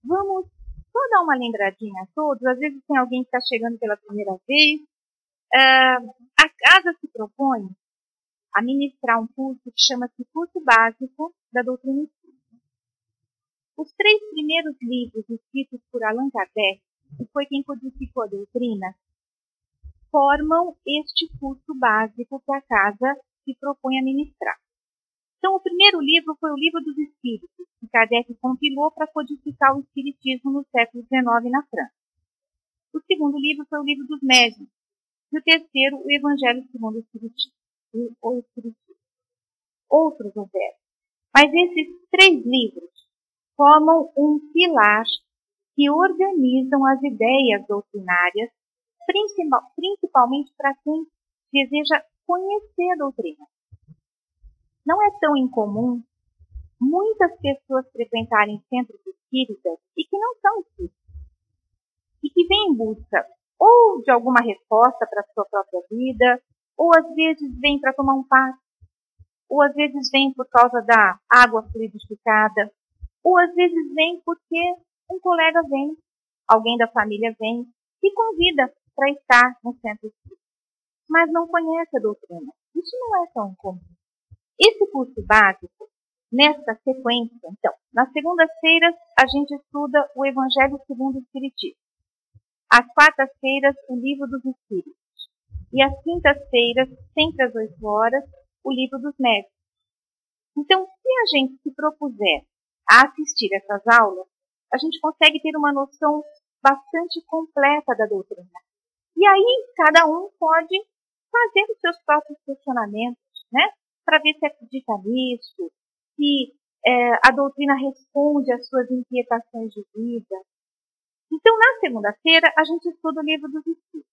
Vamos só dar uma lembradinha a todos. Às vezes tem alguém que está chegando pela primeira vez. A casa se propõe a ministrar um curso que chama-se Curso Básico da Doutrina Espírita. Os 3 primeiros livros escritos por Allan Kardec, que foi quem codificou a doutrina, formam este curso básico que a casa se propõe a ministrar. Então, o primeiro livro foi o Livro dos Espíritos, que Kardec compilou para codificar o Espiritismo no século XIX na França. O segundo livro foi o Livro dos Médiuns, e o terceiro, o Evangelho segundo o Espiritismo. Outros houveram. Mas esses 3 livros formam um pilar que organizam as ideias doutrinárias, principalmente para quem deseja conhecer a doutrina. Não é tão incomum muitas pessoas frequentarem centros espíritas e que não são espíritas, e que vêm em busca ou de alguma resposta para a sua própria vida, ou às vezes vêm para tomar um passe, ou às vezes vêm por causa da água fluidificada, ou às vezes vêm porque um colega vem, alguém da família vem e convida para estar no centro espírita, mas não conhece a doutrina. Isso não é tão comum. Esse curso básico, nesta sequência, então, nas segundas-feiras a gente estuda o Evangelho segundo o Espiritismo. Às quartas-feiras, o Livro dos Espíritos. E às quintas-feiras, sempre às 8 horas, o Livro dos Médiuns. Então, se a gente se propuser a assistir essas aulas, a gente consegue ter uma noção bastante completa da doutrina. E aí, cada um pode fazer os seus próprios questionamentos, né? Para ver se acredita nisso, se a doutrina responde às suas inquietações de vida. Então, na segunda-feira, a gente estuda o Livro dos Espíritos.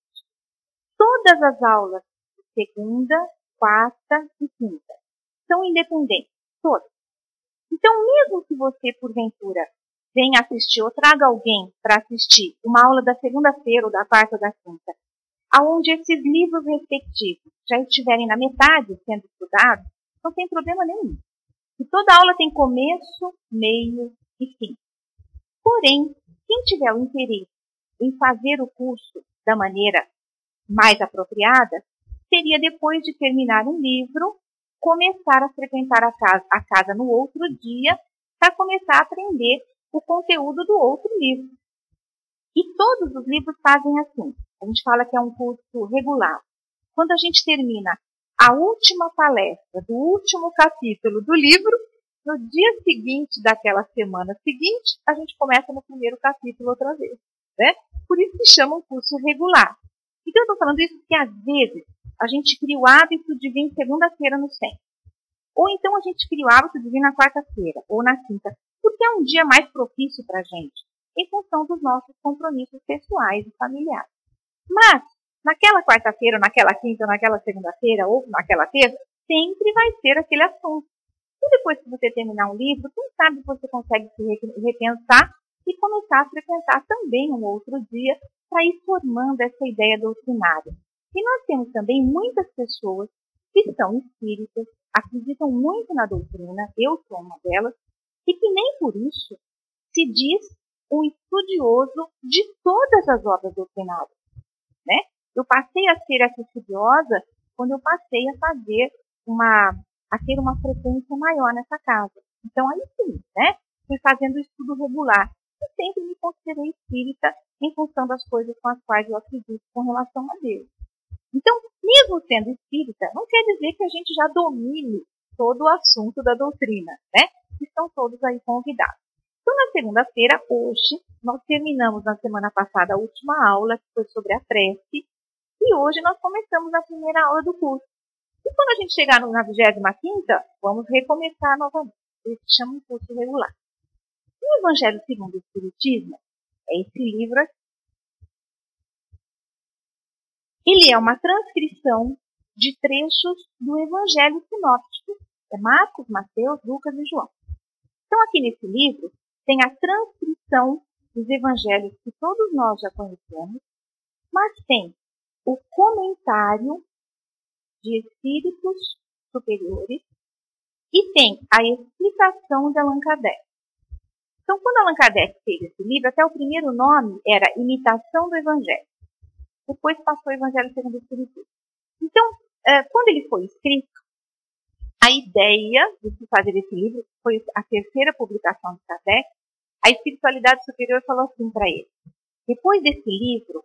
Todas as aulas, segunda, quarta e quinta, são independentes, todas. Então, mesmo que você, porventura, venha assistir ou traga alguém para assistir uma aula da segunda-feira ou da quarta ou da quinta, aonde esses livros respectivos já estiverem na metade sendo estudados, não tem problema nenhum. E toda aula tem começo, meio e fim. Porém, quem tiver o interesse em fazer o curso da maneira mais apropriada, seria depois de terminar um livro, começar a frequentar a casa no outro dia, para começar a aprender o conteúdo do outro livro. E todos os livros fazem assim. A gente fala que é um curso regular. Quando a gente termina a última palestra do último capítulo do livro, no dia seguinte daquela semana seguinte, a gente começa no primeiro capítulo outra vez, né? Por isso se chama um curso regular. Então eu estou falando isso porque às vezes a gente cria o hábito de vir segunda-feira no centro. Ou então a gente cria o hábito de vir na quarta-feira ou na quinta, porque é um dia mais propício para a gente, em função dos nossos compromissos pessoais e familiares. Mas, naquela quarta-feira, naquela quinta, naquela segunda-feira ou naquela terça, sempre vai ser aquele assunto. E depois que você terminar um livro, quem sabe você consegue se repensar e começar a frequentar também um outro dia para ir formando essa ideia doutrinária. E nós temos também muitas pessoas que são espíritas, acreditam muito na doutrina, eu sou uma delas, e que nem por isso se diz um estudioso de todas as obras doutrinárias, né? Eu passei a ser essa estudiosa quando eu passei a ter uma frequência maior nessa casa. Então, aí sim, né? Fui fazendo o estudo regular. E sempre me considerei espírita em função das coisas com as quais eu acredito com relação a Deus. Então, mesmo sendo espírita, não quer dizer que a gente já domine todo o assunto da doutrina, né? Estão todos aí convidados. Então, na segunda-feira, hoje, nós terminamos na semana passada a última aula, que foi sobre a prece, e hoje nós começamos a primeira aula do curso. E quando a gente chegar na 25ª, vamos recomeçar novamente. Isso se chama um curso regular. O Evangelho segundo o Espiritismo é esse livro aqui. Ele é uma transcrição de trechos do Evangelho sinóptico. É Marcos, Mateus, Lucas e João. Então, aqui nesse livro, tem a transcrição dos evangelhos que todos nós já conhecemos, mas tem o comentário de espíritos superiores e tem a explicação de Allan Kardec. Então, quando Allan Kardec fez esse livro, até o primeiro nome era Imitação do Evangelho. Depois passou o Evangelho segundo o Espiritismo. Então, quando ele foi escrito, a ideia de se fazer esse livro foi a terceira publicação de Kardec. A espiritualidade superior falou assim para ele: depois desse livro,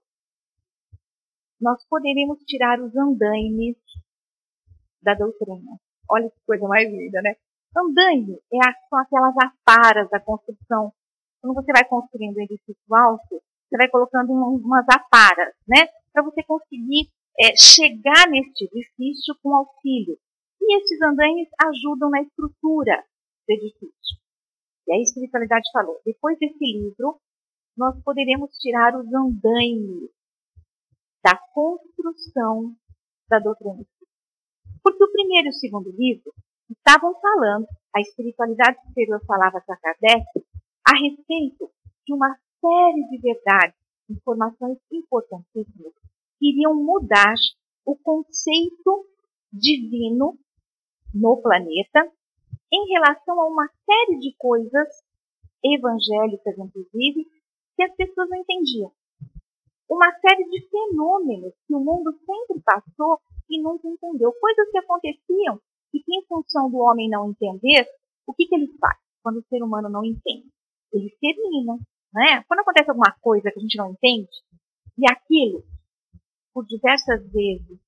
nós poderemos tirar os andaimes da doutrina. Olha que coisa mais linda, né? Andaime são aquelas aparas da construção. Quando você vai construindo um edifício alto, você vai colocando umas aparas, né? Para você conseguir chegar neste edifício com auxílio. E esses andaimes ajudam na estrutura do edifício. E a espiritualidade falou: depois desse livro, nós poderemos tirar os andaimes da construção da doutrina espírita. Porque o primeiro e o segundo livro estavam falando, a espiritualidade superior falava para Kardec a respeito de uma série de verdades, informações importantíssimas, que iriam mudar o conceito divino no planeta em relação a uma série de coisas evangélicas, inclusive, que as pessoas não entendiam. Uma série de fenômenos que o mundo sempre passou e nunca entendeu. Coisas que aconteciam e que, em função do homem não entender, o que ele faz quando o ser humano não entende? Ele extermina, né? Quando acontece alguma coisa que a gente não entende, e aquilo, por diversas vezes,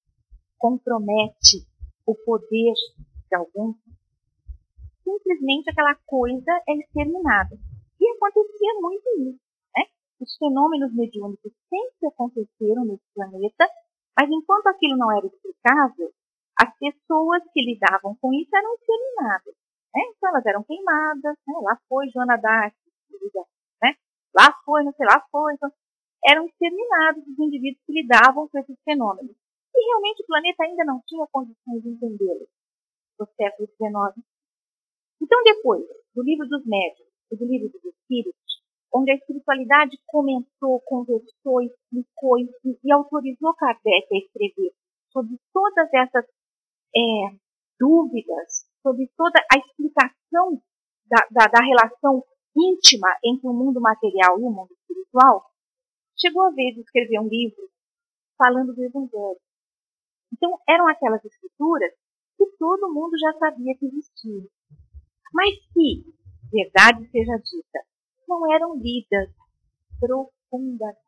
compromete o poder de alguns, simplesmente aquela coisa é exterminada. E acontecia muito isso, né? Os fenômenos mediúnicos sempre aconteceram nesse planeta, mas enquanto aquilo não era explicável, as pessoas que lidavam com isso eram exterminadas. Né? Então elas eram queimadas, né? Lá foi Joana d'Arc, né? Lá foi, não sei, lá foi. Então, eram exterminados os indivíduos que lidavam com esses fenômenos. E realmente o planeta ainda não tinha condições de entendê-los no século XIX. Então, depois do livro dos médiuns e do livro dos espíritos, onde a espiritualidade comentou, conversou, explicou e autorizou Kardec a escrever sobre todas essas dúvidas, sobre toda a explicação da relação íntima entre o mundo material e o mundo espiritual, chegou a vez de escrever um livro falando do Evangelho. Então, eram aquelas escrituras que todo mundo já sabia que existiam. Mas que, verdade seja dita, não eram lidas profundamente.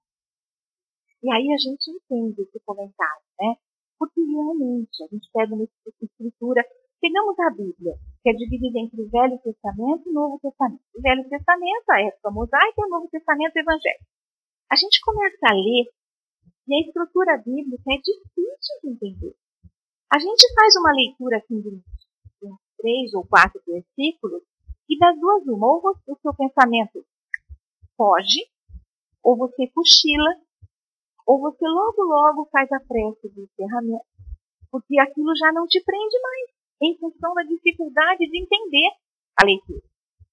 E aí a gente entende esse comentário, né? Porque realmente a gente pega uma escritura, pegamos a Bíblia, que é dividida entre o Velho Testamento e o Novo Testamento. O Velho Testamento, a época mosaica, e o Novo Testamento, o Evangelho. A gente começa a ler e a estrutura bíblica é difícil de entender. A gente faz uma leitura assim, de uns 3 ou 4 versículos e das duas uma, ou o seu pensamento foge, ou você cochila, ou você logo faz a prece de encerramento, porque aquilo já não te prende mais, em função da dificuldade de entender a leitura.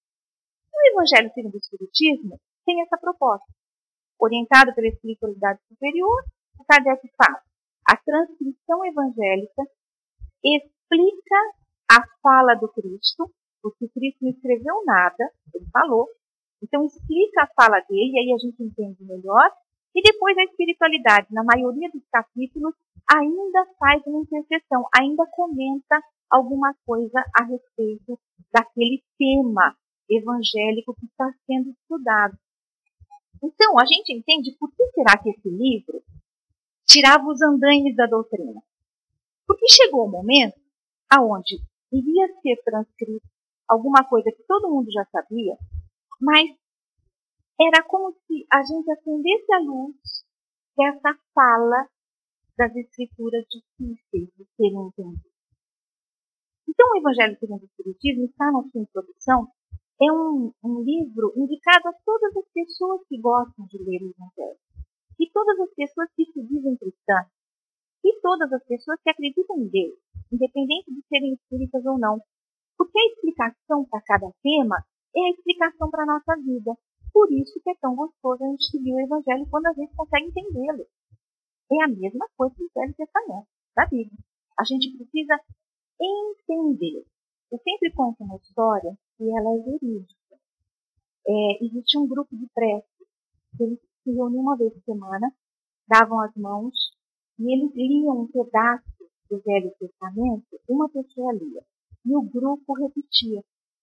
O Evangelho segundo o Espiritismo tem essa proposta. Orientado pela espiritualidade superior, o Kardec fala: a transcrição evangélica explica a fala do Cristo, porque o Cristo não escreveu nada, ele falou, então explica a fala dele, e aí a gente entende melhor, e depois a espiritualidade, na maioria dos capítulos, ainda faz uma intercessão, ainda comenta alguma coisa a respeito daquele tema evangélico que está sendo estudado. Então, a gente entende por que será que esse livro tirava os andaimes da doutrina. Porque chegou um momento aonde iria ser transcrito alguma coisa que todo mundo já sabia, mas era como se a gente acendesse a luz dessa fala das escrituras difíceis de serem entendidas. Então, o Evangelho segundo o Espiritismo está na sua introdução. É um livro indicado a todas as pessoas que gostam de ler o Evangelho. E todas as pessoas que se dizem cristãs. E todas as pessoas que acreditam em Deus, independente de serem espíritas ou não. Porque a explicação para cada tema é a explicação para a nossa vida. Por isso que é tão gostoso a gente ler o Evangelho quando a gente consegue entendê-lo. É a mesma coisa do Velho Testamento, da Bíblia. A gente precisa entender. Eu sempre conto uma história e ela é verídica. existia um grupo de prece, eles se reuniam uma vez por semana, davam as mãos e eles liam um pedaço do Velho Testamento, uma pessoa lia e o grupo repetia.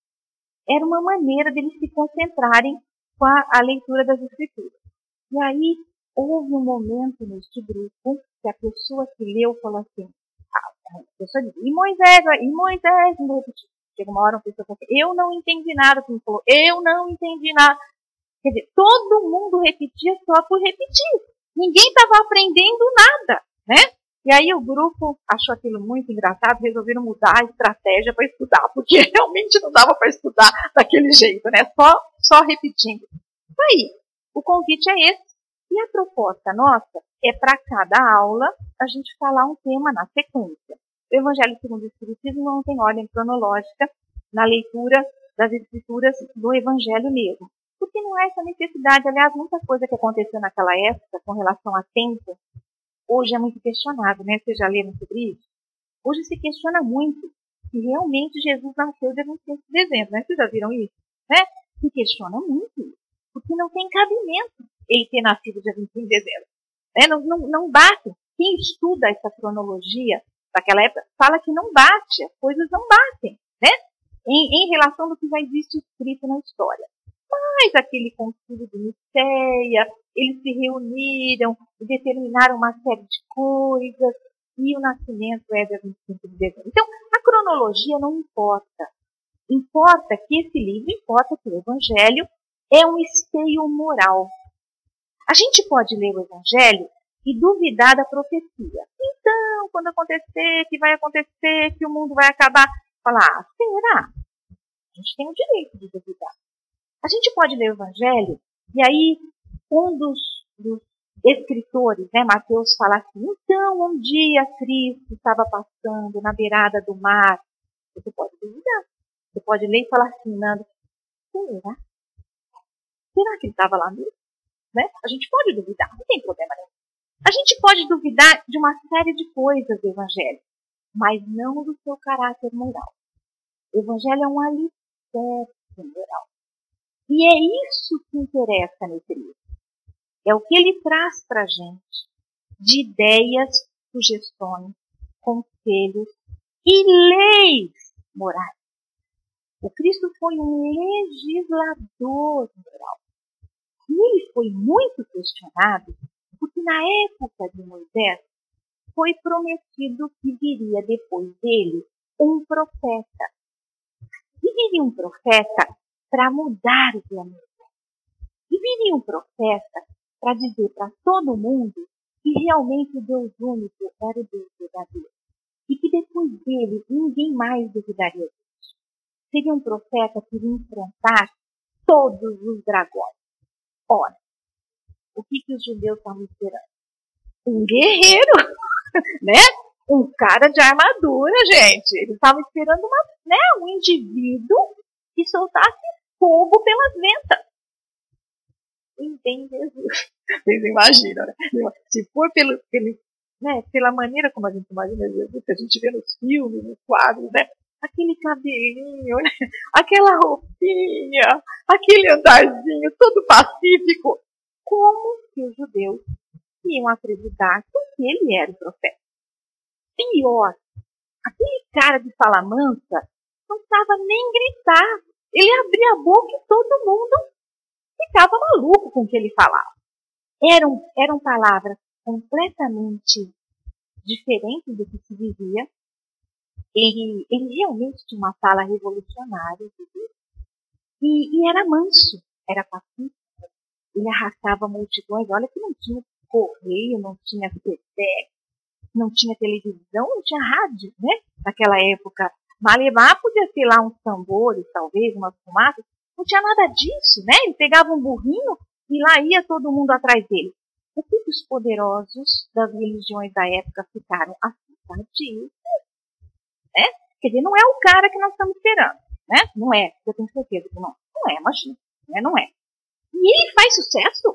Era uma maneira deles se concentrarem com a leitura das Escrituras. E aí houve um momento neste grupo que a pessoa que leu falou assim, a pessoa disse, e Moisés, não repetiu. Chega uma hora uma pessoa fala assim, eu não entendi nada, como falou, eu não entendi nada. Quer dizer, todo mundo repetia só por repetir. Ninguém estava aprendendo nada, né? E aí o grupo achou aquilo muito engraçado, resolveram mudar a estratégia para estudar, porque realmente não dava para estudar daquele jeito, né? Só repetindo. Aí, o convite é esse. E a proposta nossa é para cada aula a gente falar um tema na sequência. O Evangelho segundo o Espiritismo não tem ordem cronológica na leitura das Escrituras do Evangelho mesmo. Porque não há essa necessidade. Aliás, muita coisa que aconteceu naquela época com relação a tempo, hoje é muito questionado, né? Vocês já leram sobre isso? Hoje se questiona muito se realmente Jesus nasceu dia 26 de dezembro, né? Vocês já viram isso? Né? Se questiona muito isso, porque não tem cabimento ele ter nascido dia 25 de dezembro. Né? Não bate. Quem estuda essa cronologia daquela época fala que não bate, as coisas não batem, né? Em relação do que já existe escrito na história. Mas aquele concílio de Nicéia, eles se reuniram e determinaram uma série de coisas, e o nascimento é dia 25 de dezembro. Então, a cronologia não importa. Importa que esse livro, importa que o Evangelho é um esteio moral. A gente pode ler o Evangelho e duvidar da profecia. Então, quando acontecer, que vai acontecer, que o mundo vai acabar, falar, será? A gente tem o direito de duvidar. A gente pode ler o Evangelho e aí um dos escritores, né, Mateus, fala assim, então um dia Cristo estava passando na beirada do mar. Você pode duvidar. Você pode ler e falar assim, Nando, será? Será que ele estava lá mesmo? Né? A gente pode duvidar, não tem problema nenhum. A gente pode duvidar de uma série de coisas do Evangelho, mas não do seu caráter moral. O Evangelho é um alicerce moral. E é isso que interessa nesse livro. É o que ele traz para a gente de ideias, sugestões, conselhos e leis morais. O Cristo foi um legislador moral. E ele foi muito questionado porque na época de Moisés foi prometido que viria depois dele um profeta. E viria um profeta para mudar o planeta. E viria um profeta para dizer para todo mundo que realmente o Deus único era o Deus verdadeiro. E que depois dele ninguém mais duvidaria disso. Seria um profeta que iria enfrentar todos os dragões. Ora, o que os judeus estavam esperando? Um guerreiro, né? Um cara de armadura, gente. Eles estavam esperando um indivíduo que soltasse fogo pelas ventas. E vem Jesus. Vocês imaginam, né? Se for pela maneira como a gente imagina Jesus, que a gente vê nos filmes, nos quadros, né? Aquele cabelinho, né? Aquela roupinha, aquele andarzinho todo pacífico. Como que os judeus iam acreditar que ele era o profeta? Pior, aquele cara de fala mansa não estava nem gritar. Ele abria a boca e todo mundo ficava maluco com o que ele falava. Eram palavras completamente diferentes do que se vivia. Ele realmente tinha uma fala revolucionária. E era manso, era pacífico. Ele arrastava multidões. Olha que não tinha correio, não tinha CD, não tinha televisão, não tinha rádio, né? Naquela época. Malemar podia ter lá uns tambores, talvez, umas fumaças. Não tinha nada disso, né? Ele pegava um burrinho e lá ia todo mundo atrás dele. O que os poderosos das religiões da época ficaram assustadíssimos, né? Quer dizer, não é o cara que nós estamos esperando, né? Não é, eu tenho certeza que não. Não é, imagina, né? Não é. E ele faz sucesso.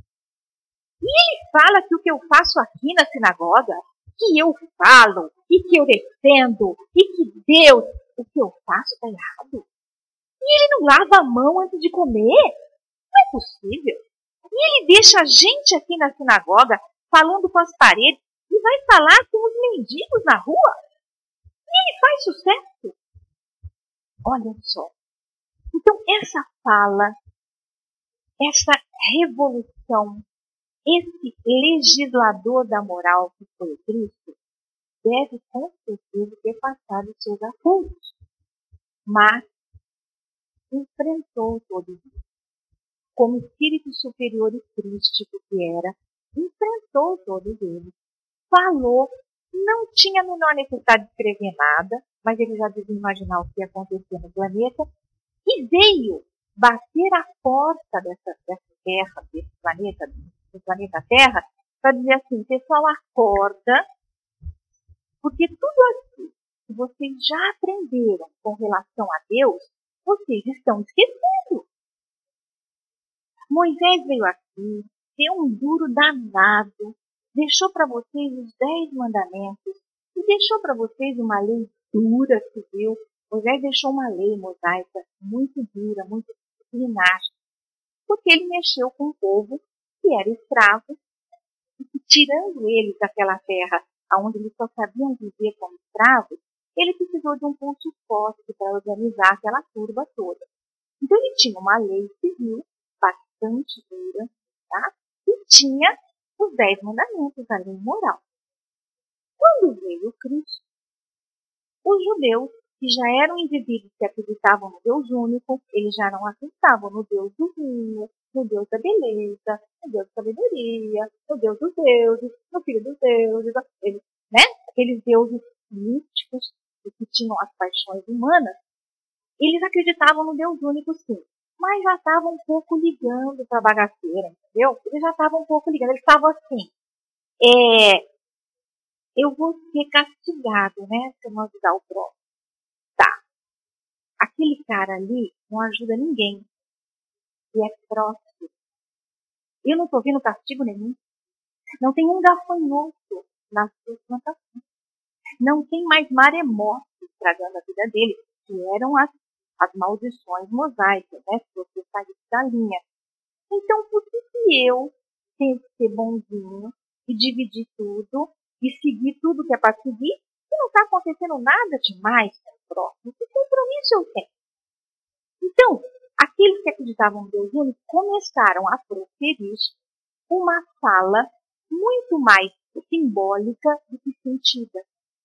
E ele fala que o que eu faço aqui na sinagoga, que eu falo, e que eu defendo, e que Deus, o que eu faço está errado. E ele não lava a mão antes de comer? Não é possível. E ele deixa a gente aqui na sinagoga falando com as paredes e vai falar com os mendigos na rua? E ele faz sucesso? Olha só. Então, essa fala, essa revolução, esse legislador da moral que foi o Cristo, deve com certeza ter passado seus apuros, mas enfrentou todos eles. Como espírito superior e crístico que era, enfrentou todos eles, falou, não tinha a menor necessidade de escrever nada, mas ele já devia imaginar o que ia acontecer no planeta, e veio bater a porta dessa terra, desse planeta, do planeta Terra, para dizer assim, pessoal, acorda, porque tudo aquilo que vocês já aprenderam com relação a Deus, vocês estão esquecendo. Moisés veio aqui, deu um duro danado, deixou para vocês os 10 mandamentos e deixou para vocês uma lei dura que viu. Moisés deixou uma lei mosaica muito dura, muito disciplinar, porque ele mexeu com um povo que era escravo e que, tirando eles daquela terra onde eles só sabiam viver como escravos, ele precisou de um pulso forte para organizar aquela turba toda. Então ele tinha uma lei civil bastante dura, tá? E tinha os 10 mandamentos, a lei moral. Quando veio o Cristo, os judeus, que já eram indivíduos que acreditavam no Deus único, eles já não acreditavam no Deus do vinho, no Deus da beleza, no Deus da sabedoria, no Deus dos deuses, no Filho dos deuses, eles, né? Aqueles deuses místicos que tinham as paixões humanas, eles acreditavam no Deus único sim, mas já estavam um pouco ligando para a bagaceira, entendeu? Eles já estavam um pouco ligando, eles estavam assim, eu vou ser castigado, né, se eu não ajudar o próximo. Tá, aquele cara ali não ajuda ninguém, e é próximo. Eu não estou vendo castigo nenhum. Não tem um gafanhoto nas suas plantações. Não tem mais maremoto estragando a vida dele, que eram as maldições mosaicas, né? Se você saísse da linha. Então, por que eu tenho que ser bonzinho e dividir tudo e seguir tudo que é para seguir e não está acontecendo nada demais com o próximo? Que compromisso eu tenho? Então, aqueles que acreditavam no Deus único começaram a proferir uma fala muito mais simbólica do que sentida.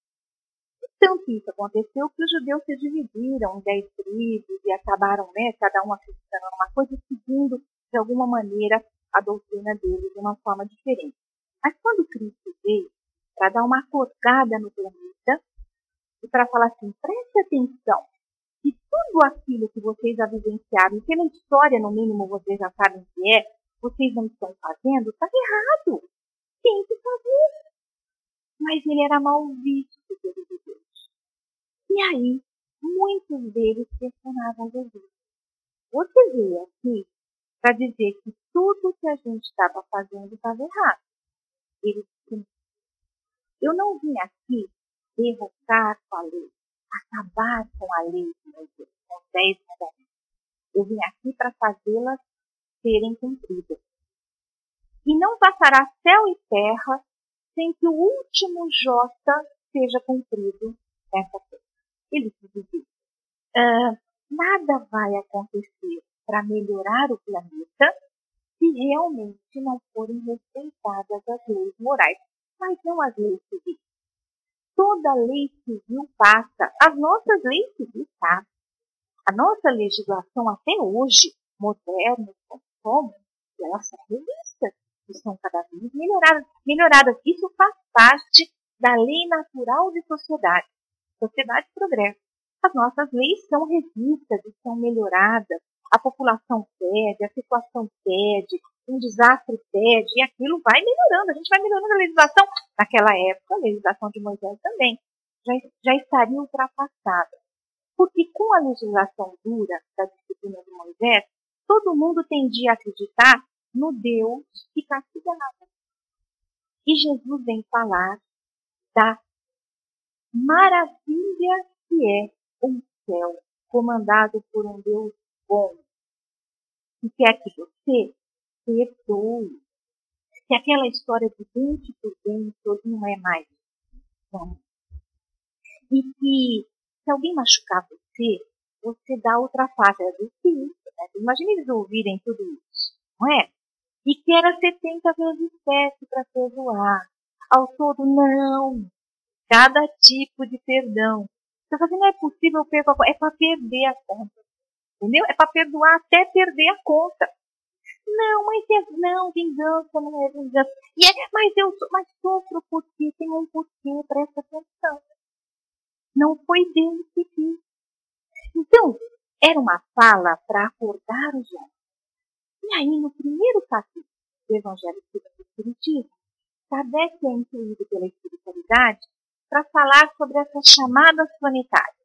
Tanto isso aconteceu que os judeus se dividiram em 10 tribos e acabaram, né, cada um acreditando numa coisa, seguindo de alguma maneira a doutrina deles de uma forma diferente. Mas quando Cristo veio para dar uma acordada no planeta e para falar assim, preste atenção, que tudo aquilo que vocês já vivenciaram, e pela história, no mínimo, vocês já sabem que vocês não estão fazendo, está errado. Tem que fazer. Mas ele era mal visto pelos judeus. E aí, muitos deles questionavam Jesus. Você veio aqui para dizer que tudo que a gente estava fazendo estava errado. Ele disse, eu não vim aqui derrocar com a lei, acabar com a lei de Moisés, com os 10 mandamentos. Eu vim aqui para fazê-las serem cumpridas. E não passará céu e terra sem que o último jota seja cumprido nessa terra. Ele dizia, nada vai acontecer para melhorar o planeta se realmente não forem respeitadas as leis morais, mas não as leis civis. Toda lei civil passa, as nossas leis civis passam. A nossa legislação até hoje, modernas como somos, elas são revistas e são cada vez melhoradas. Isso faz parte da lei natural de sociedade. Sociedade progressa. As nossas leis são revistas e são melhoradas. A população pede, a situação pede, um desastre pede, e aquilo vai melhorando. A gente vai melhorando a legislação. Naquela época, a legislação de Moisés também já estaria ultrapassada. Porque com a legislação dura da disciplina de Moisés, todo mundo tendia a acreditar no Deus que castigava. E Jesus vem falar da maravilha que é um céu comandado por um Deus bom e quer que você perdoe. Que aquela história de dente por dente não é mais bom. E que se alguém machucar você, você dá outra face. Né? Imagina eles ouvirem tudo isso, não é? E que era 70 vezes 7 para perdoar. Ao todo, não. Cada tipo de perdão. Você fala assim, não é possível eu perdoar. É para perder a conta. Entendeu? É para perdoar até perder a conta. Não, mas não, vingança não é vingança. Mas sofro porque tem um porquê, presta atenção. Não foi Deus que quis. Então, era uma fala para acordar os homens. E aí, no primeiro capítulo do Evangelho segundo o Espiritismo, Kardec é incluído pela espiritualidade para falar sobre essas chamadas planetárias.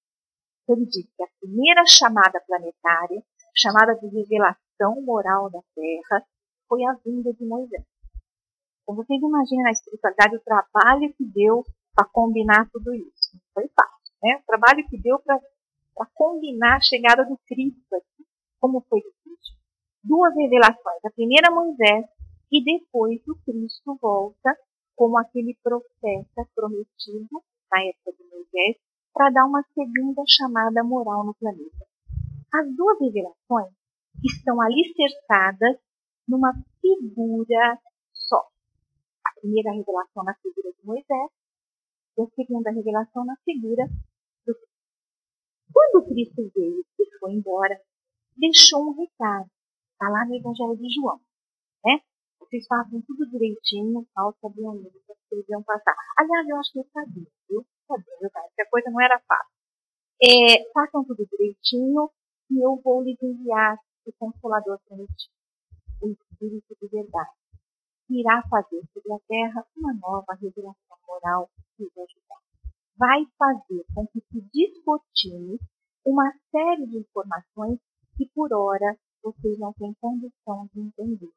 Ele diz que a primeira chamada planetária, chamada de revelação moral da Terra, foi a vinda de Moisés. Então, vocês imaginem na espiritualidade o trabalho que deu para combinar tudo isso. Não foi fácil, né? O trabalho que deu para combinar a chegada do Cristo aqui. Como foi difícil. 2 revelações. A primeira, Moisés, e depois o Cristo volta como aquele profeta prometido na época de Moisés para dar uma segunda chamada moral no planeta. As 2 revelações estão alicerçadas numa figura só. A primeira revelação na figura de Moisés e a segunda revelação na figura do Cristo. Quando o Cristo veio e foi embora, deixou um recado. Está lá no Evangelho de João. Né? Vocês fazem tudo direitinho, mal sabiam mesmo que vocês iam passar. Aliás, eu acho que eu sabia, viu? Sabia, que a coisa não era fácil. Façam tudo direitinho e eu vou lhes enviar o Consolador prometido, o Espírito de verdade, que irá fazer sobre a Terra uma nova revelação moral que os ajudar. Vai fazer com que se descortine uma série de informações que, por hora, vocês não têm condição de entender.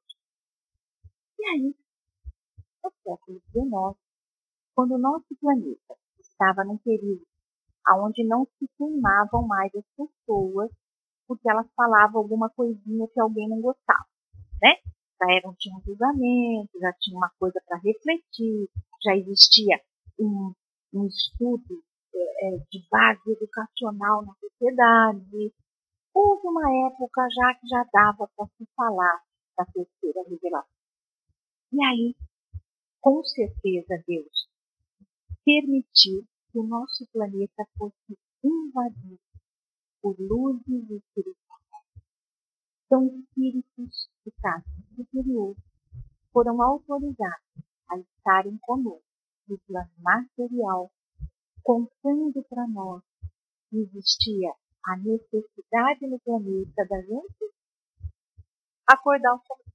E aí, no século XIX, quando o nosso planeta estava num período onde não se queimavam mais as pessoas porque elas falavam alguma coisinha que alguém não gostava, né? Já tinha um julgamento, já tinha uma coisa para refletir, já existia um estudo de base educacional na sociedade. Houve uma época já que já dava para se falar da terceira revelação. E aí, com certeza, Deus permitiu que o nosso planeta fosse invadido por luzes espirituais. Então, espíritos de classe superior foram autorizados a estarem conosco no plano material, contando para nós que existia a necessidade no planeta da gente acordar o sol.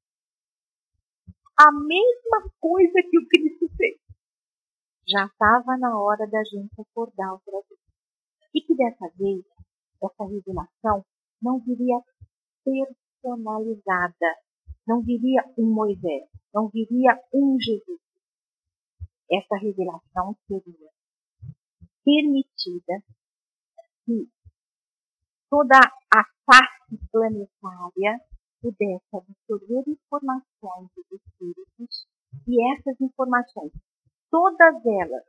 A mesma coisa que o Cristo fez. Já estava na hora da gente acordar outra vez. E que dessa vez, essa revelação não viria personalizada. Não viria um Moisés. Não viria um Jesus. Essa revelação seria permitida que toda a face planetária pudesse absorver informações dos espíritos e essas informações, todas elas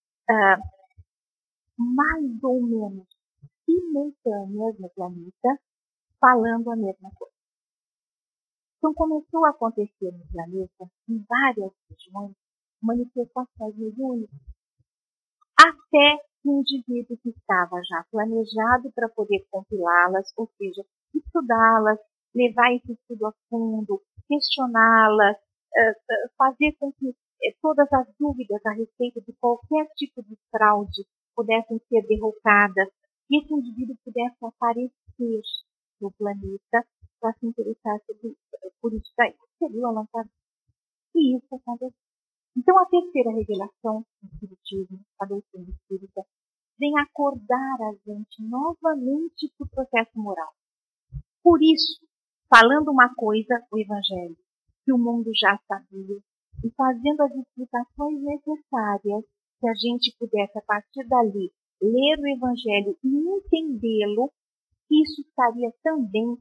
mais ou menos simultâneas no planeta, falando a mesma coisa. Então começou a acontecer no planeta, em várias regiões, manifestações mediúnicas, até que o indivíduo que estava já planejado para poder compilá-las, ou seja, estudá-las, levar esse estudo a fundo, questioná-las, fazer com que todas as dúvidas a respeito de qualquer tipo de fraude pudessem ser derrotadas, e esse indivíduo pudesse aparecer no planeta para se interessar por isso daí. Seria o lançamento. E isso aconteceu. Então, a terceira revelação do Espiritismo, a doutrina espírita, vem acordar a gente novamente para o processo moral. Por isso, falando uma coisa, o Evangelho, que o mundo já sabia, e fazendo as explicações necessárias que a gente pudesse, a partir dali, ler o Evangelho e entendê-lo, isso estaria também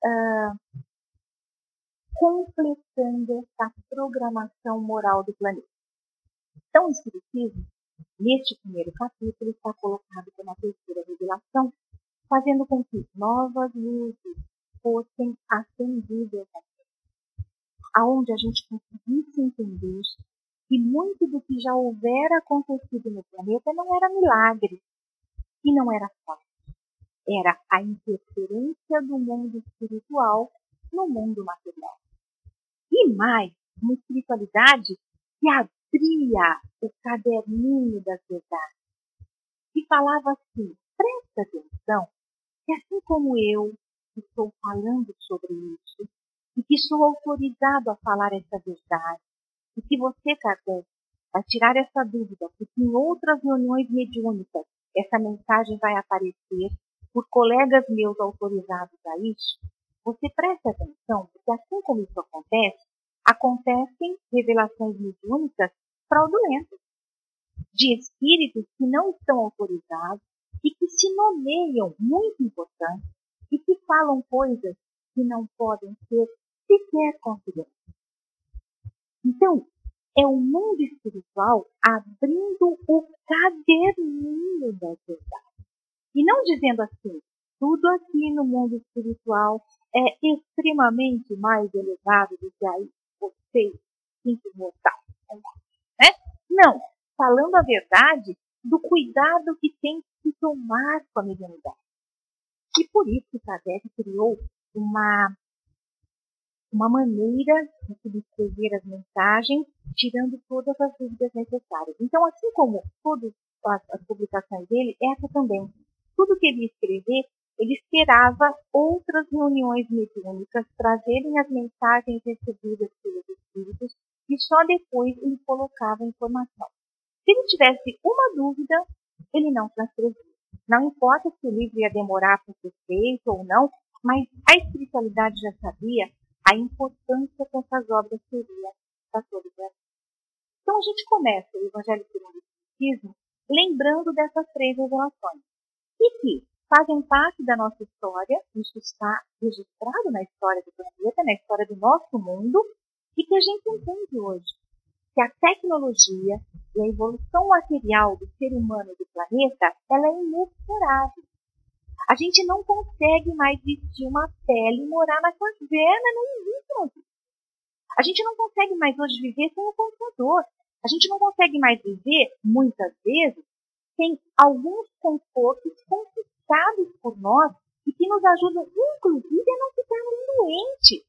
completando essa programação moral do planeta. Então, o Espiritismo, neste primeiro capítulo, está colocado como a terceira revelação, fazendo com que novas luzes fossem acendidas, aonde a gente conseguisse entender que muito do que já houvera acontecido no planeta não era milagre e não era sorte. Era a interferência do mundo espiritual no mundo material. E mais, uma espiritualidade que abria o caderninho das verdades e falava assim: presta atenção, que assim como eu estou falando sobre isso, e que sou autorizado a falar essa verdade, e que você, Kardec, vai tirar essa dúvida, porque em outras reuniões mediúnicas essa mensagem vai aparecer por colegas meus autorizados a isso, você presta atenção, porque assim como isso acontece, acontecem revelações mediúnicas fraudulentas, de espíritos que não estão autorizados e que se nomeiam muito importantes e que falam coisas que não podem ser sequer consideradas. Então, é o mundo espiritual abrindo o caderninho da verdade. E não dizendo assim, tudo aqui no mundo espiritual é extremamente mais elevado do que aí vocês, simples mortais. Né? Não, falando a verdade do cuidado que tem que se tomar com a mediunidade. E por isso que Kardec criou uma maneira de subscrever as mensagens, tirando todas as dúvidas necessárias. Então, assim como todas as publicações dele, essa também. Tudo que ele ia escrever, ele esperava outras reuniões mediúnicas trazerem as mensagens recebidas pelos espíritos e só depois ele colocava a informação. Se ele tivesse uma dúvida, ele não transcrevia. Não importa se o livro ia demorar para ser feito ou não, mas a espiritualidade já sabia a importância que essas obras teriam para todo o Brasil. Então a gente começa o Evangelho segundo o Espiritismo lembrando dessas três revelações, e que fazem parte da nossa história, isso está registrado na história do planeta, na história do nosso mundo, e que a gente entende hoje que a tecnologia e a evolução material do ser humano e do planeta, ela é inexorável. A gente não consegue mais vestir uma pele e morar na caverna, não existe mais isso. A gente não consegue mais hoje viver sem o computador. A gente não consegue mais viver, muitas vezes, sem alguns confortos conquistados por nós e que nos ajudam, inclusive, a não ficarmos doentes.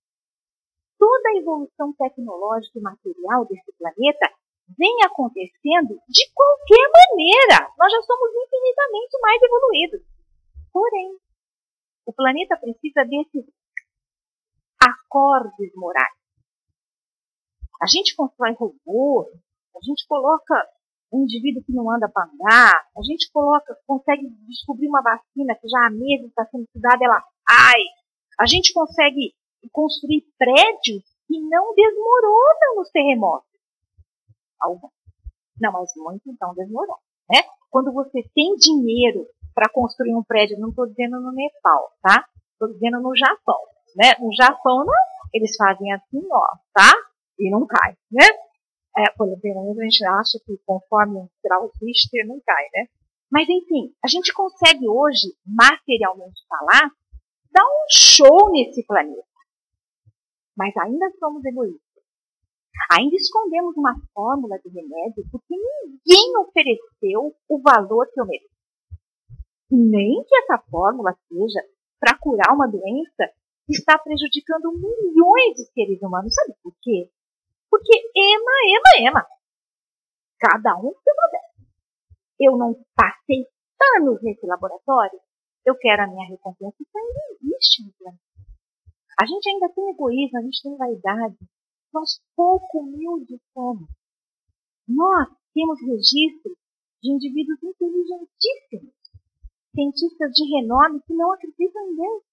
Toda a evolução tecnológica e material desse planeta vem acontecendo de qualquer maneira. Nós já somos infinitamente mais evoluídos. Porém, o planeta precisa desses acordes morais. A gente constrói robô, a gente coloca um indivíduo que não anda para andar, a gente consegue descobrir uma vacina que já há meses está sendo estudada, ela sai. A gente consegue construir prédios que não desmoronam nos terremotos. Alguns. Não, mas muitos não desmoronam. Né? Quando você tem dinheiro para construir um prédio, não estou dizendo no Nepal, tá? Estou dizendo no Japão. Né? No Japão, não, eles fazem assim, ó, tá? E não cai, né? Pelo menos a gente acha que conforme um grau Richter não cai, né? Mas, enfim, a gente consegue hoje, materialmente falar, dar um show nesse planeta. Mas ainda somos egoístas. Ainda escondemos uma fórmula de remédio porque ninguém ofereceu o valor que eu mereço. Nem que essa fórmula seja para curar uma doença que está prejudicando milhões de seres humanos. Sabe por quê? Porque ema. Cada um tem uma dessa. Eu não passei anos nesse laboratório. Eu quero a minha recompensa. Isso ainda existe no planeta. A gente ainda tem egoísmo, a gente tem vaidade. Nós pouco humildes somos. Nós temos registros de indivíduos inteligentíssimos, cientistas de renome que não acreditam em Deus.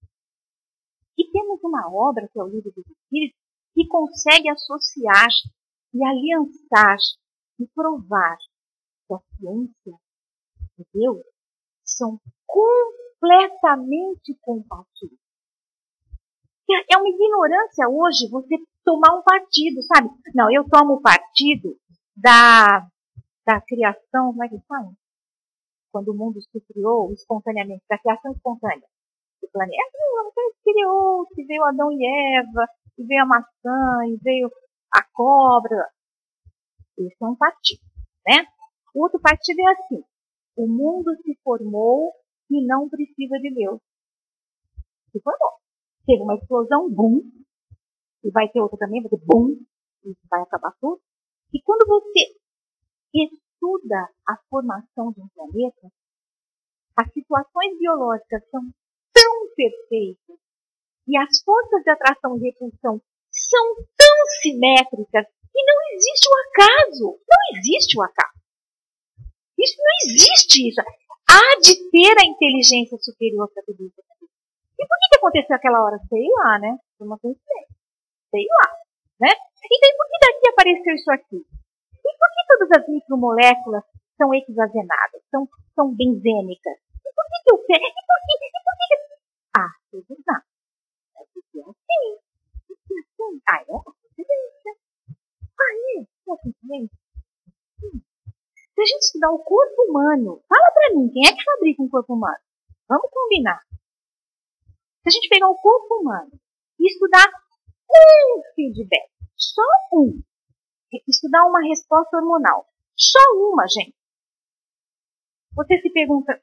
E temos uma obra, que é o Livro dos Espíritos, que consegue associar e aliançar e provar que a ciência e Deus são completamente compatível. É uma ignorância hoje você tomar um partido, sabe? Não, eu tomo o partido da criação, como é que fala? Quando o mundo se criou espontaneamente, da criação espontânea do planeta. Então, criou-se, veio Adão e Eva, e veio a maçã, e veio a cobra. Esse é um partido, né? O outro partido é assim: o mundo se formou e não precisa de Deus. Se formou. Teve uma explosão, bum, e vai ter outra também, vai ter bum, e vai acabar tudo. E quando você estuda a formação de um planeta, as situações biológicas são tão perfeitas e as forças de atração e repulsão são tão simétricas que não existe o acaso. Não existe o acaso. Isso não existe isso. Há de ter a inteligência superior para tudo isso. E por que aconteceu aquela hora? Sei lá, né? Foi uma coincidência. Sei lá, né? Então, por que daqui apareceu isso aqui? E por que todas as micromoléculas são hexagenadas, são benzênicas? E por que eu sei? E por que? Ah, tudo não. É porque é assim. Ah, é uma coincidência. Aí, é uma coincidência. Se a gente estudar o corpo humano, fala pra mim, quem é que fabrica um corpo humano? Vamos combinar. Se a gente pegar o corpo humano e estudar um feedback, só um, estudar uma resposta hormonal, só uma, gente, você se pergunta,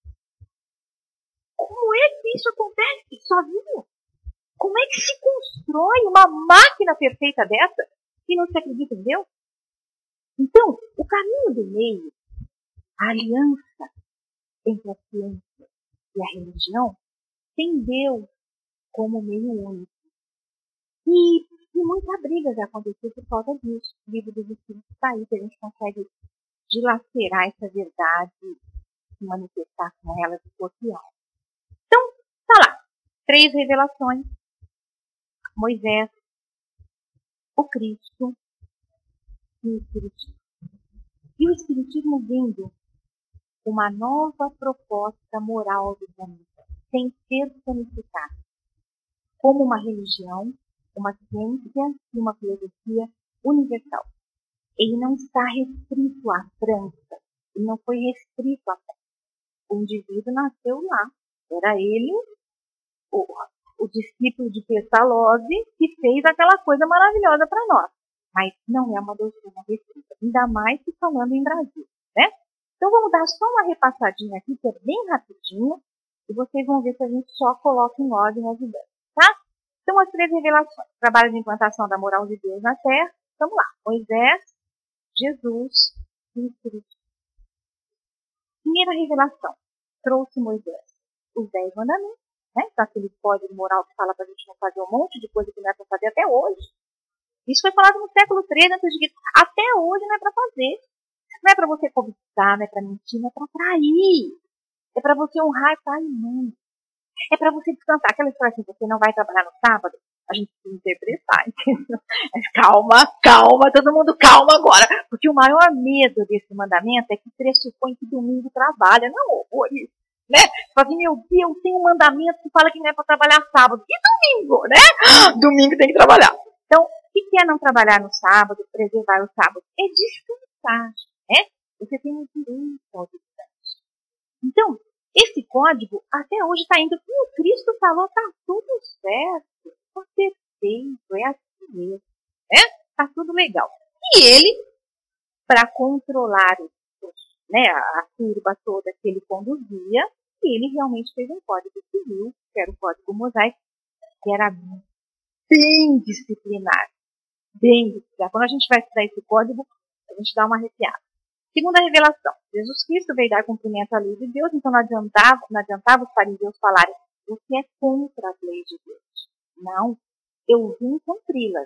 como é que isso acontece sozinho? Como é que se constrói uma máquina perfeita dessa que não se acredita em Deus? Então, o caminho do meio, a aliança entre a ciência e a religião, tem Deus como meio único. E muita briga já aconteceu por causa disso. O livro dos Espíritos está aí, que a gente consegue dilacerar essa verdade e manifestar com ela de corpo e alma. Então, tá lá. 3 revelações. Moisés, o Cristo e o Espiritismo. E o Espiritismo vindo uma nova proposta moral do planeta, sem personificar, como uma religião, uma ciência e uma filosofia universal. Ele não está restrito à França, ele não foi restrito à França. O indivíduo nasceu lá, era ele, o discípulo de Pestalozzi, que fez aquela coisa maravilhosa para nós. Mas não é uma doutrina restrita, ainda mais se falando em Brasil, né? Então vamos dar só uma repassadinha aqui, que é bem rapidinho, e vocês vão ver se a gente só coloca em ordem as ideias, tá? Então as 3 revelações, trabalho de implantação da moral de Deus na Terra, vamos lá, Moisés, Jesus e o Espírito. Primeira revelação, trouxe Moisés os 10 mandamentos, né? Então aquele código moral que fala para a gente não fazer um monte de coisa que não é para fazer até hoje. Isso foi falado no século III a.C. Até hoje não é para fazer. Não é para você cobiçar, não é para mentir, não é para trair. É para você honrar pai e mãe. É para você descansar. Aquela história assim, você não vai trabalhar no sábado, a gente precisa interpretar, entendeu? Calma, todo mundo calma agora. Porque o maior medo desse mandamento é que pressupõe que domingo trabalha. Não, horror isso, né? Fala assim, meu Deus, tem um mandamento que fala que não é para trabalhar sábado. E domingo, né? Domingo tem que trabalhar. Então, o que é não trabalhar no sábado, preservar o sábado? É descansar, né? Você tem um direito ao descanso. Então, esse código até hoje está indo. O Cristo falou, está tudo certo, está perfeito, é assim mesmo, né? Está tudo legal. E ele, para controlar né, a turba toda que ele conduzia, ele realmente fez um código civil, que era o código mosaico, que era bem disciplinar. Quando a gente vai estudar esse código, a gente dá uma arrepiada. Segunda revelação. Jesus Cristo veio dar cumprimento à lei de Deus, então não adiantava os fariseus falarem, você é contra a lei de Deus. Não, eu vim cumpri-las.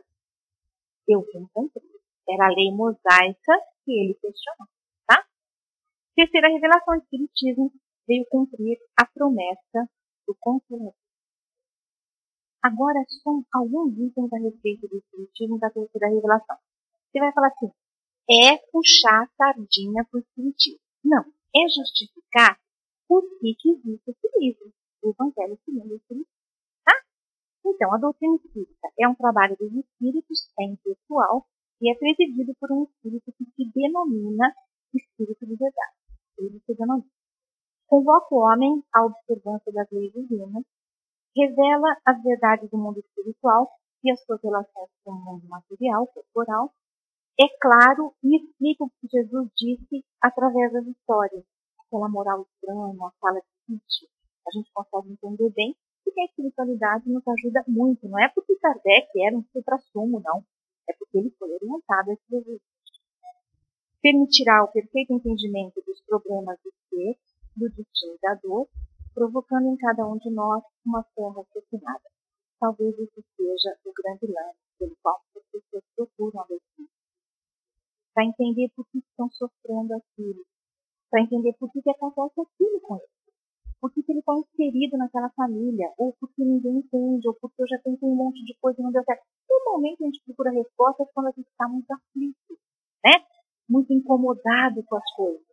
Era a lei mosaica que ele questionou, tá? Terceira revelação, o Espiritismo veio cumprir a promessa do Consolador. Agora são alguns itens a respeito do Espiritismo da terceira revelação. Você vai falar assim, é puxar a sardinha para o Espiritismo. Não, é justificar por que existe esse livro, o Evangelho segundo o Espiritismo. Tá? Então, a doutrina espírita é um trabalho dos espíritos, é impessoal e é presidido por um espírito que se denomina Espírito de Verdade. Ele se denomina. Convoca o homem à observância das leis divinas, revela as verdades do mundo espiritual e as suas relações com o mundo material, corporal. É claro e explica o que Jesus disse através das histórias. Aquela moral estranha, a fala de sítio, a gente consegue entender bem, porque a espiritualidade nos ajuda muito. Não é porque Kardec era um supra-sumo, não. É porque ele foi orientado a escrever. Permitirá o perfeito entendimento dos problemas do ser, do destino e da dor, provocando em cada um de nós uma fé raciocinada. Talvez esse seja o grande lance pelo qual as pessoas procuram a doutrina. Para entender por que estão sofrendo aquilo, para entender por que acontece aquilo com ele, por que ele está inserido naquela família, ou porque ninguém entende, ou porque eu já tentei um monte de coisa e não deu certo. Normalmente a gente procura respostas quando a gente está muito aflito, né? Muito incomodado com as coisas,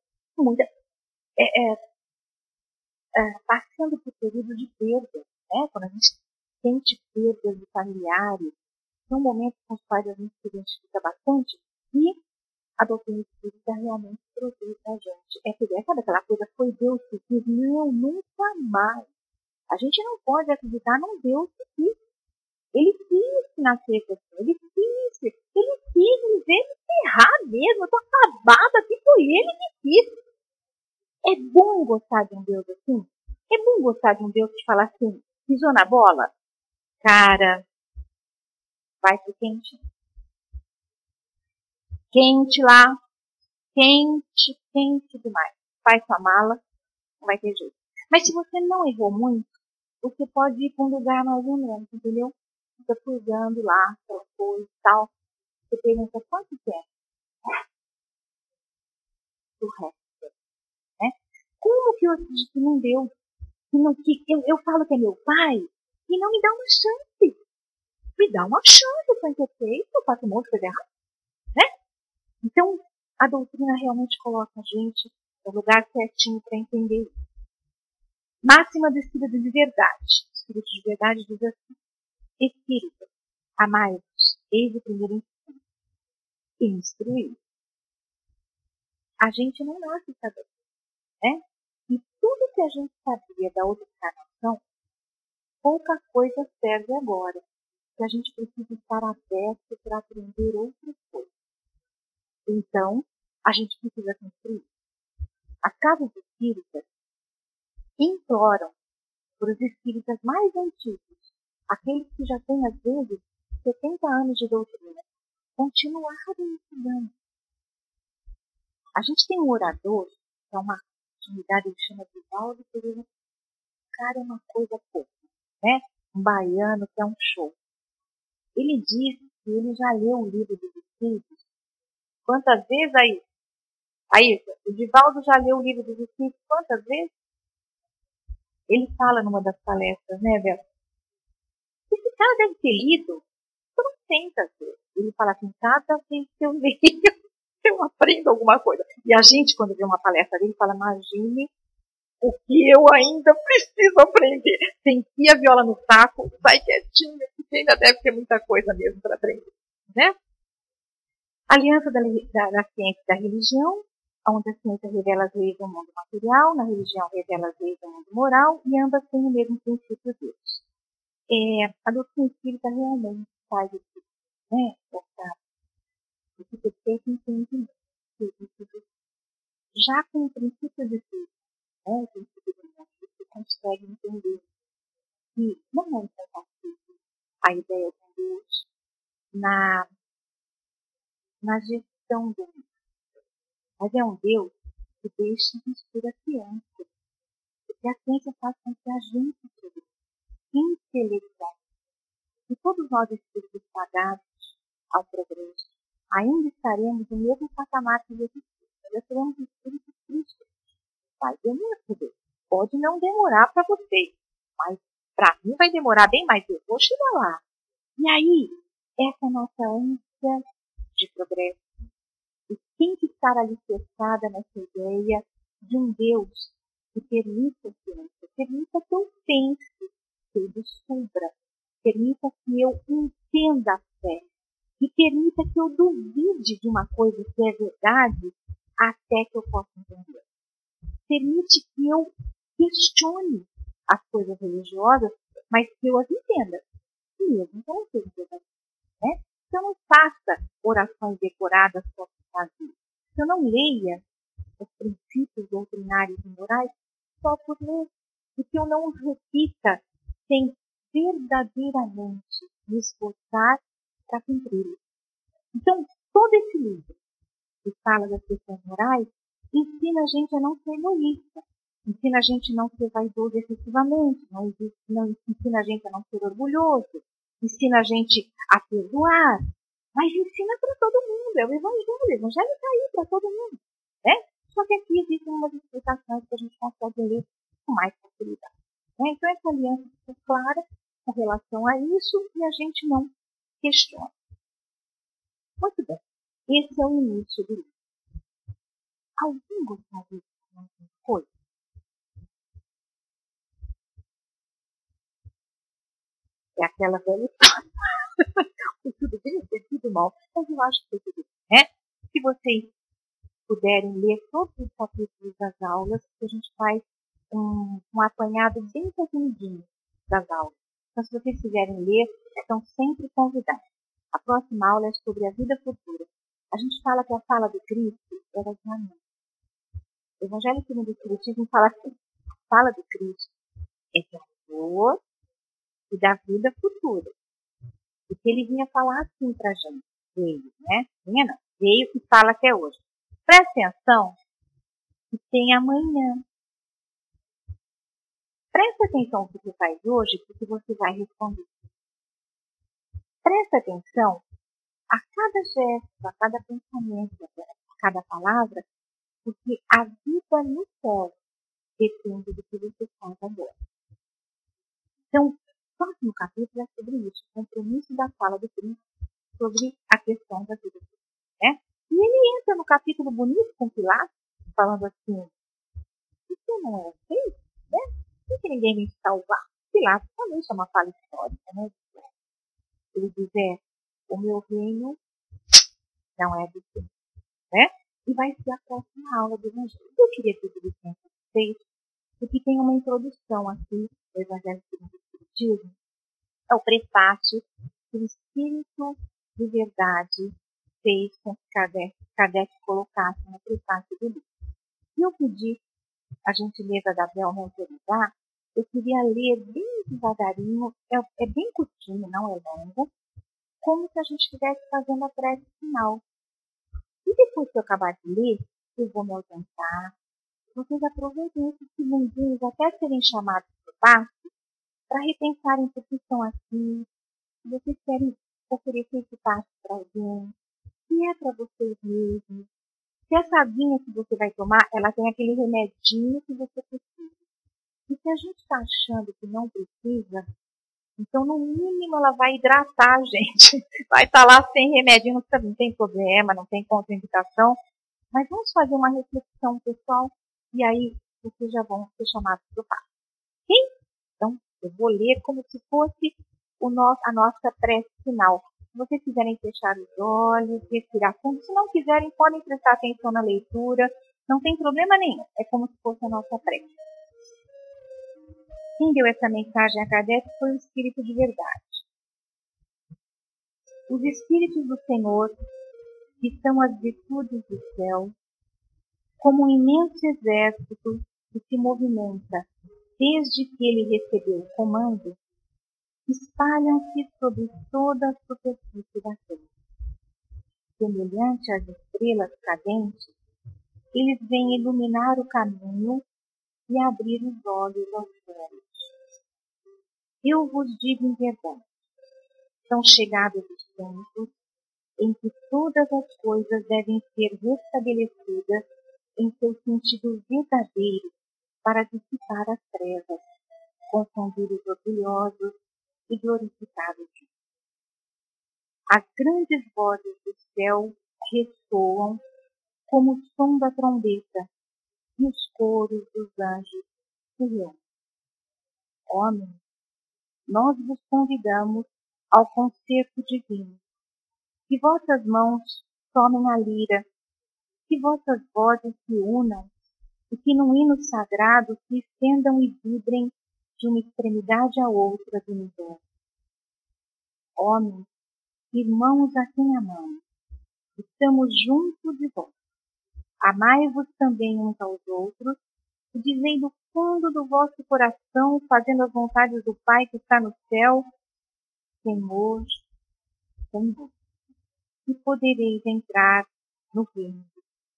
passando por período de perda, né? Quando a gente sente perdas de familiares, são momentos com os quais a gente se identifica bastante e a doutrina espírita realmente produz a gente. Sabe aquela coisa, foi Deus que quis? Não, nunca mais. A gente não pode acreditar num Deus que quis. Ele quis que nascesse assim, ele quis me ver me ferrar mesmo, eu tô acabada aqui, foi ele que quis. É bom gostar de um Deus assim? É bom gostar de um Deus que fala assim, pisou na bola? Cara, vai pro quente. Quente lá, quente demais. Faz sua mala, não vai ter jeito. Mas se você não errou muito, você pode ir para um lugar mais ou menos, entendeu? Fica cruzando lá, aquela coisa e tal. Você pergunta quanto tempo? Do resto, né? Como que eu acredito num Deus que eu falo que é meu pai e não me dá uma chance? Me dá uma chance para entender, eu faço um monte de coisa errada, né? Então, a doutrina realmente coloca a gente no lugar certinho para entender isso. Máxima do Espírito de Verdade. O Espírito de Verdade diz assim: Espírito, amai-vos, eis o primeiro ensino. Instruí. A gente não nasce sabendo, né? E tudo que a gente sabia da outra encarnação, pouca coisa serve agora. Que a gente precisa estar aberto para aprender outras coisas. Então, a gente precisa construir. As casas espíritas imploram por os espíritas mais antigos, aqueles que já têm, às vezes, 70 anos de doutrina, continuarem estudando. A gente tem um orador, que é uma atividade que chama de Divaldo Pereira. O cara é uma coisa pouca, né? Um baiano que é um show. Ele diz que ele já leu o livro dos Espíritos. Quantas vezes aí? Aí, o Divaldo já leu o livro dos Espíritos quantas vezes? Ele fala numa das palestras, né, Bel? Esse cara deve ter lido 300 vezes. Ele fala assim, cada vez que eu leio, eu aprendo alguma coisa. E a gente, quando vê uma palestra dele, fala, imagine o que eu ainda preciso aprender. Você enfia a viola no saco, sai quietinho, porque ainda deve ter muita coisa mesmo para aprender, né? Aliança da ciência e da religião, onde a ciência revela as leis do mundo material, na religião revela as leis do mundo moral, e ambas têm o mesmo princípio deles. A doutrina espírita realmente faz isso, né? Esse perfeito entendimento. Já com o princípio de Deus, né? O princípio do mundo, você consegue entender que não é incompatível a ideia de Deus na gestão do mundo. Mas é um Deus que deixa existir a ciência. Porque a ciência faz com que a gente progregue intelectualmente. E todos nós, espíritos pagados ao progresso, ainda estaremos no mesmo patamar que Jesus Cristo. Nós seremos espíritos críticos. Vai demorar. Pode não demorar para vocês, mas para mim vai demorar bem mais. Eu vou chegar lá. E aí, essa é a nossa ânsia de progresso. E tem que estar alicerçada nessa ideia de um Deus e permita o silêncio. Permita que eu pense, que eu descubra. Permita que eu entenda a fé. E permita que eu duvide de uma coisa que é verdade até que eu possa entender. Permite que eu questione as coisas religiosas, mas que eu as entenda. Mesmo que eu não seja verdade, né? Se eu não faça orações decoradas só por fazer, se eu não leia os princípios doutrinários e morais só por ler, e que eu não os repita sem verdadeiramente me esforçar para cumpri-los. Então, todo esse livro que fala das questões morais ensina a gente a não ser egoísta, ensina a gente a não ser vaidoso excessivamente, não ensina a gente a não ser orgulhoso, ensina a gente a perdoar, mas ensina para todo mundo, é o Evangelho está aí para todo mundo, né? Só que aqui existem umas explicações que a gente consegue ler com mais facilidade. Né? Então, essa aliança ficou clara com relação a isso e a gente não questiona. Muito bem, esse é o início do livro. Alguém gostaria de falar alguma coisa? É aquela velha história. Foi tudo bem, foi tudo mal, mas eu acho que foi tudo bem, né? Se vocês puderem ler todos os capítulos das aulas, a gente faz um apanhado bem pequenininho das aulas. Então, se vocês quiserem ler, estão sempre convidados. A próxima aula é sobre a vida futura. A gente fala que a fala do Cristo era de amor. O Evangelho segundo o Espiritismo fala assim, a fala do Cristo é de amor e da vida futura. Porque ele vinha falar assim pra gente. Veio, né? Vinha não. Veio e fala até hoje. Presta atenção que tem amanhã. Presta atenção no que você faz hoje, porque você vai responder. Presta atenção a cada gesto, a cada pensamento, a cada palavra, porque a vida no céu depende do que você faz agora. Então, o próximo capítulo é sobre isso, o compromisso da fala do Cristo sobre a questão da vida. Né? E ele entra no capítulo bonito com Pilatos, falando assim, você não é feio? Né? Por que ninguém vem te salvar? Pilatos também é uma fala histórica. Né? Ele diz, o meu reino não é do Senhor. Né? E vai ser a próxima aula do Evangelho. Eu queria pedir licença a vocês, porque tem uma introdução aqui do Evangelho segundo o Espiritismo. É o prefácio que o Espírito de Verdade fez com que Kardec colocasse no prefácio do livro. Se eu pedir a gentileza da Bel me autorizar, eu queria ler bem devagarinho, é bem curtinho, não é longo, como se a gente estivesse fazendo a prece final. E depois que eu acabar de ler, eu vou me ausentar. Vocês aproveitem esses segundinhos até serem chamados para o passe, para repensarem por que estão aqui, se vocês querem oferecer esse passe para alguém, se é para vocês mesmos, se essa aguinha que você vai tomar, ela tem aquele remedinho que você precisa. E se a gente está achando que não precisa, então no mínimo ela vai hidratar a gente. Vai estar lá sem remedinho, não tem problema, não tem contraindicação. Mas vamos fazer uma reflexão pessoal e aí vocês já vão ser chamados para o passo. Ok? Então eu vou ler como se fosse a nossa prece final. Se vocês quiserem fechar os olhos, respirar fundo, se não quiserem, podem prestar atenção na leitura, não tem problema nenhum, é como se fosse a nossa prece. Quem deu essa mensagem a Kardec foi o Espírito de Verdade. Os Espíritos do Senhor, que são as virtudes do céu, como um imenso exército que se movimenta desde que ele recebeu o comando, espalham-se sobre toda a superfície da terra. Semelhante às estrelas cadentes, eles vêm iluminar o caminho e abrir os olhos aos céus. Eu vos digo em verdade, são chegados os tempos em que todas as coisas devem ser restabelecidas em seu sentido verdadeiro para dissipar as trevas, confundir os orgulhosos e glorificar o Deus. As grandes vozes do céu ressoam como o som da trombeta e os coros dos anjos se reúnem. Homens, nós vos convidamos ao concerto divino. Que vossas mãos tomem a lira, que vossas vozes se unam e que num hino sagrado se estendam e vibrem de uma extremidade à outra do universo. Homens, irmãos a quem amamos, estamos juntos de vós. Amai-vos também uns aos outros e dizei do fundo do vosso coração, fazendo as vontades do Pai que está no céu, Senhor, Senhor, e podereis entrar no reino